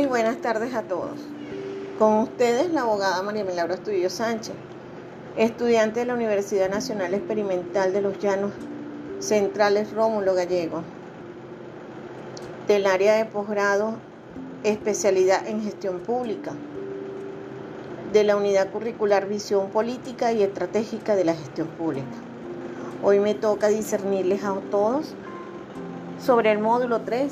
buenas tardes a todos. Con ustedes la abogada María Milagro Astudillo Sánchez, estudiante de la Universidad Nacional Experimental de los Llanos Centrales Rómulo Gallego, del área de posgrado, especialidad en gestión pública, de la unidad curricular Visión Política y Estratégica de la Gestión Pública. Hoy me toca discernirles a todos sobre el módulo 3,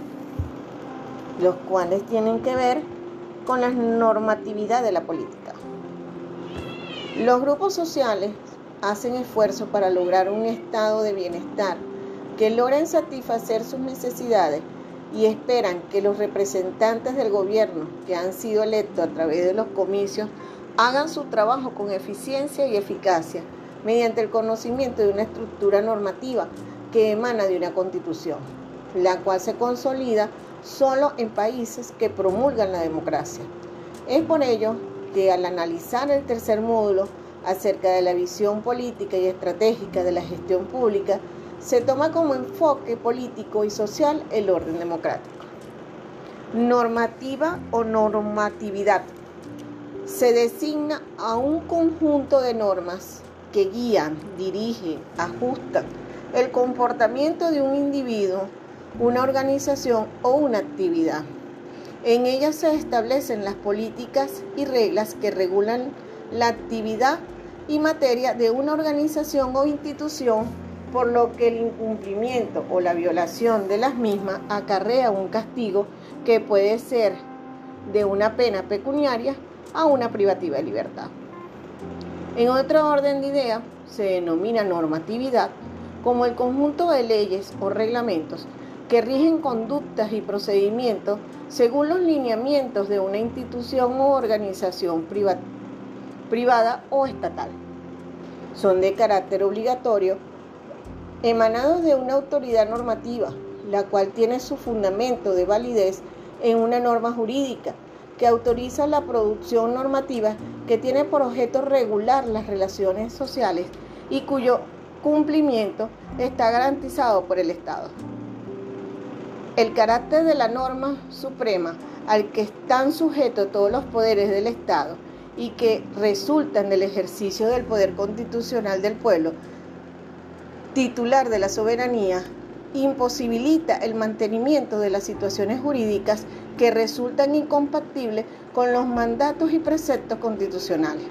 los cuales tienen que ver con la normatividad de la política. Los grupos sociales hacen esfuerzos para lograr un estado de bienestar que logren satisfacer sus necesidades y esperan que los representantes del gobierno que han sido electos a través de los comicios hagan su trabajo con eficiencia y eficacia mediante el conocimiento de una estructura normativa que emana de una constitución, la cual se consolida solo en países que promulgan la democracia. Es por ello que al analizar el tercer módulo acerca de la visión política y estratégica de la gestión pública, se toma como enfoque político y social el orden democrático. Normativa o normatividad se designa a un conjunto de normas que guían, dirigen, ajustan el comportamiento de un individuo, una organización o una actividad. En ellas se establecen las políticas y reglas que regulan la actividad y materia de una organización o institución, por lo que el incumplimiento o la violación de las mismas acarrea un castigo que puede ser de una pena pecuniaria a una privativa de libertad. En otro orden de ideas, se denomina normatividad como el conjunto de leyes o reglamentos que rigen conductas y procedimientos según los lineamientos de una institución o organización privada o estatal. Son de carácter obligatorio, emanados de una autoridad normativa, la cual tiene su fundamento de validez en una norma jurídica que autoriza la producción normativa que tiene por objeto regular las relaciones sociales y cuyo cumplimiento está garantizado por el Estado. El carácter de la norma suprema al que están sujetos todos los poderes del Estado y que resultan del ejercicio del poder constitucional del pueblo, titular de la soberanía, imposibilita el mantenimiento de las situaciones jurídicas que resultan incompatibles con los mandatos y preceptos constitucionales.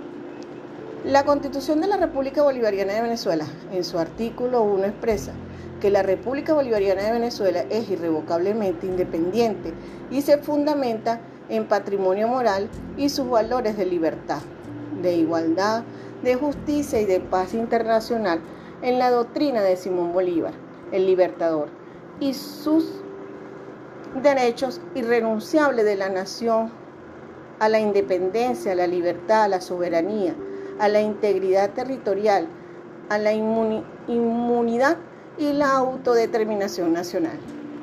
La Constitución de la República Bolivariana de Venezuela, en su artículo 1, expresa que la República Bolivariana de Venezuela es irrevocablemente independiente y se fundamenta en patrimonio moral y sus valores de libertad, de igualdad, de justicia y de paz internacional en la doctrina de Simón Bolívar, el Libertador, y sus derechos irrenunciables de la nación a la independencia, a la libertad, a la soberanía, a la integridad territorial, a la inmunidad y la autodeterminación nacional.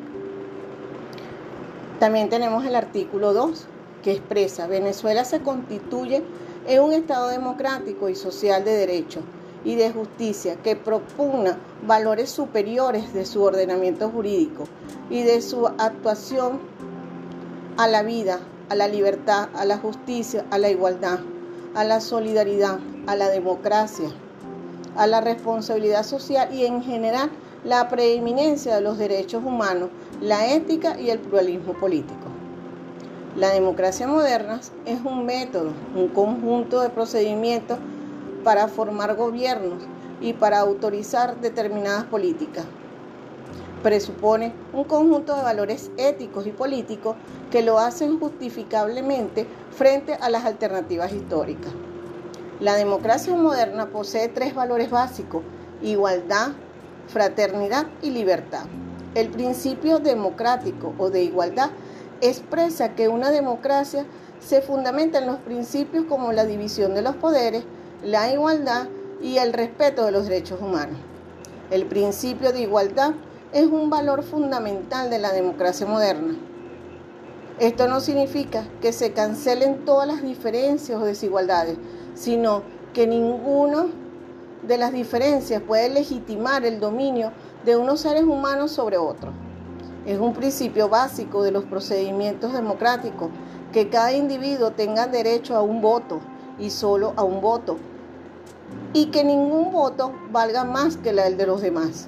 También tenemos el artículo 2, que expresa: Venezuela se constituye en un Estado democrático y social de derecho y de justicia que propugna valores superiores de su ordenamiento jurídico y de su actuación a la vida, a la libertad, a la justicia, a la igualdad, a la solidaridad, a la democracia, a la responsabilidad social y en general la preeminencia de los derechos humanos, la ética y el pluralismo político. La democracia moderna es un método, un conjunto de procedimientos para formar gobiernos y para autorizar determinadas políticas. Presupone un conjunto de valores éticos y políticos que lo hacen justificablemente frente a las alternativas históricas. La democracia moderna posee 3 valores básicos: igualdad, fraternidad y libertad. El principio democrático o de igualdad expresa que una democracia se fundamenta en los principios como la división de los poderes, la igualdad y el respeto de los derechos humanos. El principio de igualdad es un valor fundamental de la democracia moderna. Esto no significa que se cancelen todas las diferencias o desigualdades, sino que ninguna de las diferencias puede legitimar el dominio de unos seres humanos sobre otros. Es un principio básico de los procedimientos democráticos que cada individuo tenga derecho a un voto y solo a un voto, y que ningún voto valga más que el de los demás.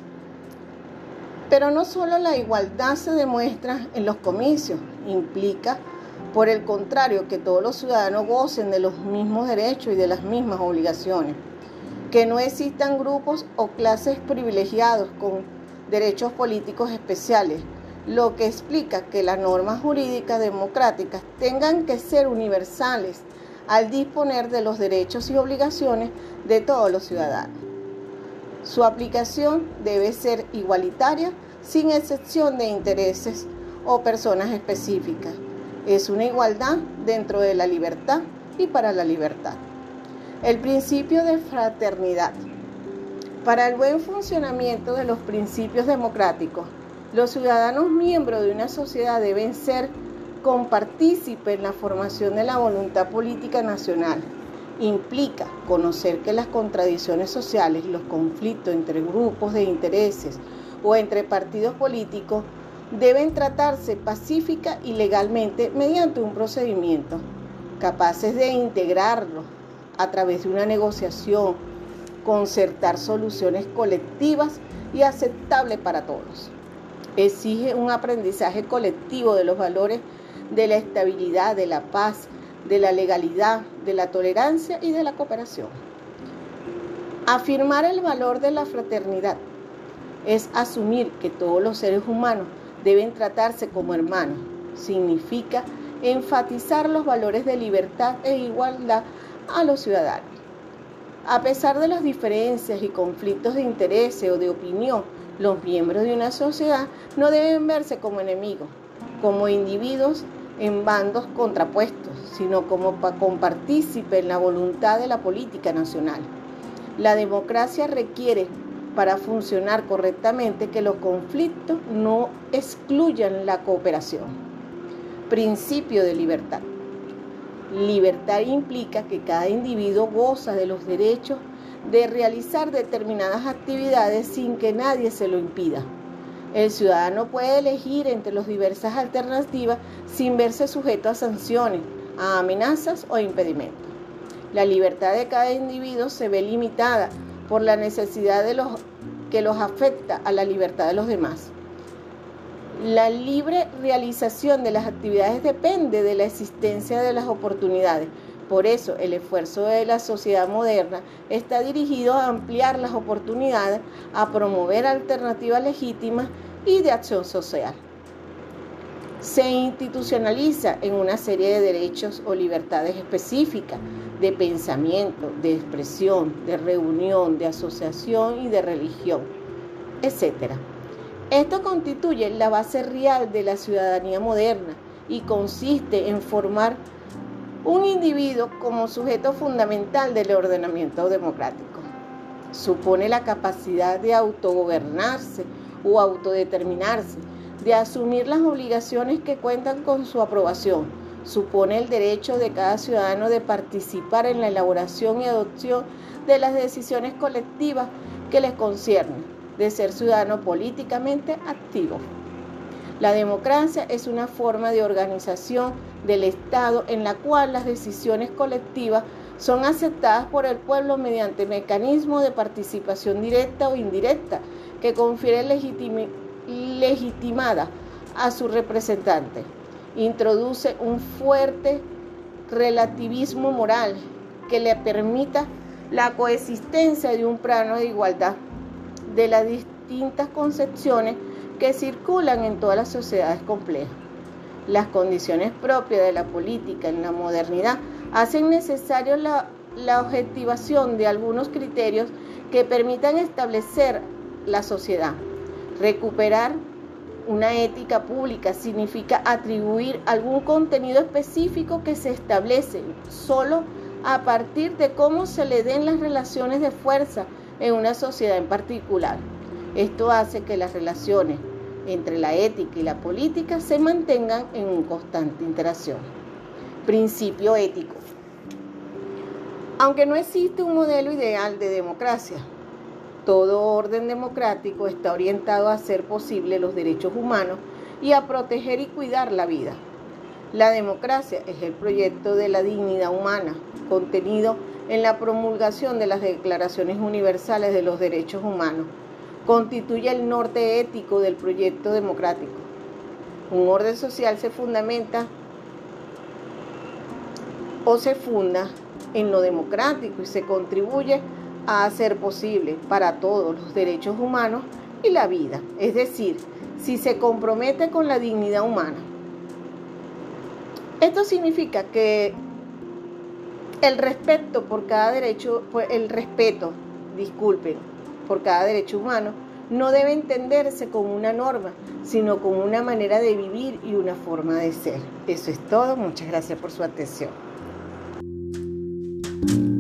Pero no solo la igualdad se demuestra en los comicios, implica, por el contrario, que todos los ciudadanos gocen de los mismos derechos y de las mismas obligaciones, que no existan grupos o clases privilegiados con derechos políticos especiales, lo que explica que las normas jurídicas democráticas tengan que ser universales al disponer de los derechos y obligaciones de todos los ciudadanos. Su aplicación debe ser igualitaria, sin excepción de intereses o personas específicas. Es una igualdad dentro de la libertad y para la libertad. El principio de fraternidad. Para el buen funcionamiento de los principios democráticos, los ciudadanos miembros de una sociedad deben ser compartícipes en la formación de la voluntad política nacional. Implica conocer que las contradicciones sociales, los conflictos entre grupos de intereses o entre partidos políticos deben tratarse pacífica y legalmente mediante un procedimiento, capaces de integrarlos a través de una negociación, concertar soluciones colectivas y aceptables para todos. Exige un aprendizaje colectivo de los valores de la estabilidad, de la paz, de la legalidad, de la tolerancia y de la cooperación. Afirmar el valor de la fraternidad es asumir que todos los seres humanos deben tratarse como hermanos. Significa enfatizar los valores de libertad e igualdad a los ciudadanos. A pesar de las diferencias y conflictos de interés o de opinión, los miembros de una sociedad no deben verse como enemigos, como individuos en bandos contrapuestos, sino como compartícipes en la voluntad de la política nacional. La democracia requiere, para funcionar correctamente, que los conflictos no excluyan la cooperación. Principio de libertad. Libertad implica que cada individuo goza de los derechos de realizar determinadas actividades sin que nadie se lo impida. El ciudadano puede elegir entre las diversas alternativas sin verse sujeto a sanciones, a amenazas o impedimentos. La libertad de cada individuo se ve limitada por la necesidad que los afecta a la libertad de los demás. La libre realización de las actividades depende de la existencia de las oportunidades. Por eso, el esfuerzo de la sociedad moderna está dirigido a ampliar las oportunidades, a promover alternativas legítimas y de acción social. Se institucionaliza en una serie de derechos o libertades específicas de pensamiento, de expresión, de reunión, de asociación y de religión, etc. Esto constituye la base real de la ciudadanía moderna y consiste en formar un individuo como sujeto fundamental del ordenamiento democrático. Supone la capacidad de autogobernarse o autodeterminarse, de asumir las obligaciones que cuentan con su aprobación. Supone el derecho de cada ciudadano de participar en la elaboración y adopción de las decisiones colectivas que les conciernen, de ser ciudadano políticamente activo. La democracia es una forma de organización del Estado en la cual las decisiones colectivas son aceptadas por el pueblo mediante mecanismos de participación directa o indirecta que confieren legitimada a su representante. Introduce un fuerte relativismo moral que le permita la coexistencia de un plano de igualdad de las distintas concepciones que circulan en todas las sociedades complejas. Las condiciones propias de la política en la modernidad hacen necesario la objetivación de algunos criterios que permitan establecer la sociedad. Recuperar una ética pública significa atribuir algún contenido específico que se establece solo a partir de cómo se le den las relaciones de fuerza en una sociedad en particular. Esto hace que las relaciones entre la ética y la política se mantengan en constante interacción. Principio ético. Aunque no existe un modelo ideal de democracia, todo orden democrático está orientado a hacer posible los derechos humanos y a proteger y cuidar la vida. La democracia es el proyecto de la dignidad humana, contenido en la promulgación de las Declaraciones Universales de los Derechos Humanos. Constituye el norte ético del proyecto democrático. Un orden social se fundamenta o se funda en lo democrático y se contribuye a hacer posible para todos los derechos humanos y la vida, es decir, si se compromete con la dignidad humana. Esto significa que el respeto por cada derecho humano no debe entenderse como una norma, sino como una manera de vivir y una forma de ser. Eso es todo. Muchas gracias por su atención.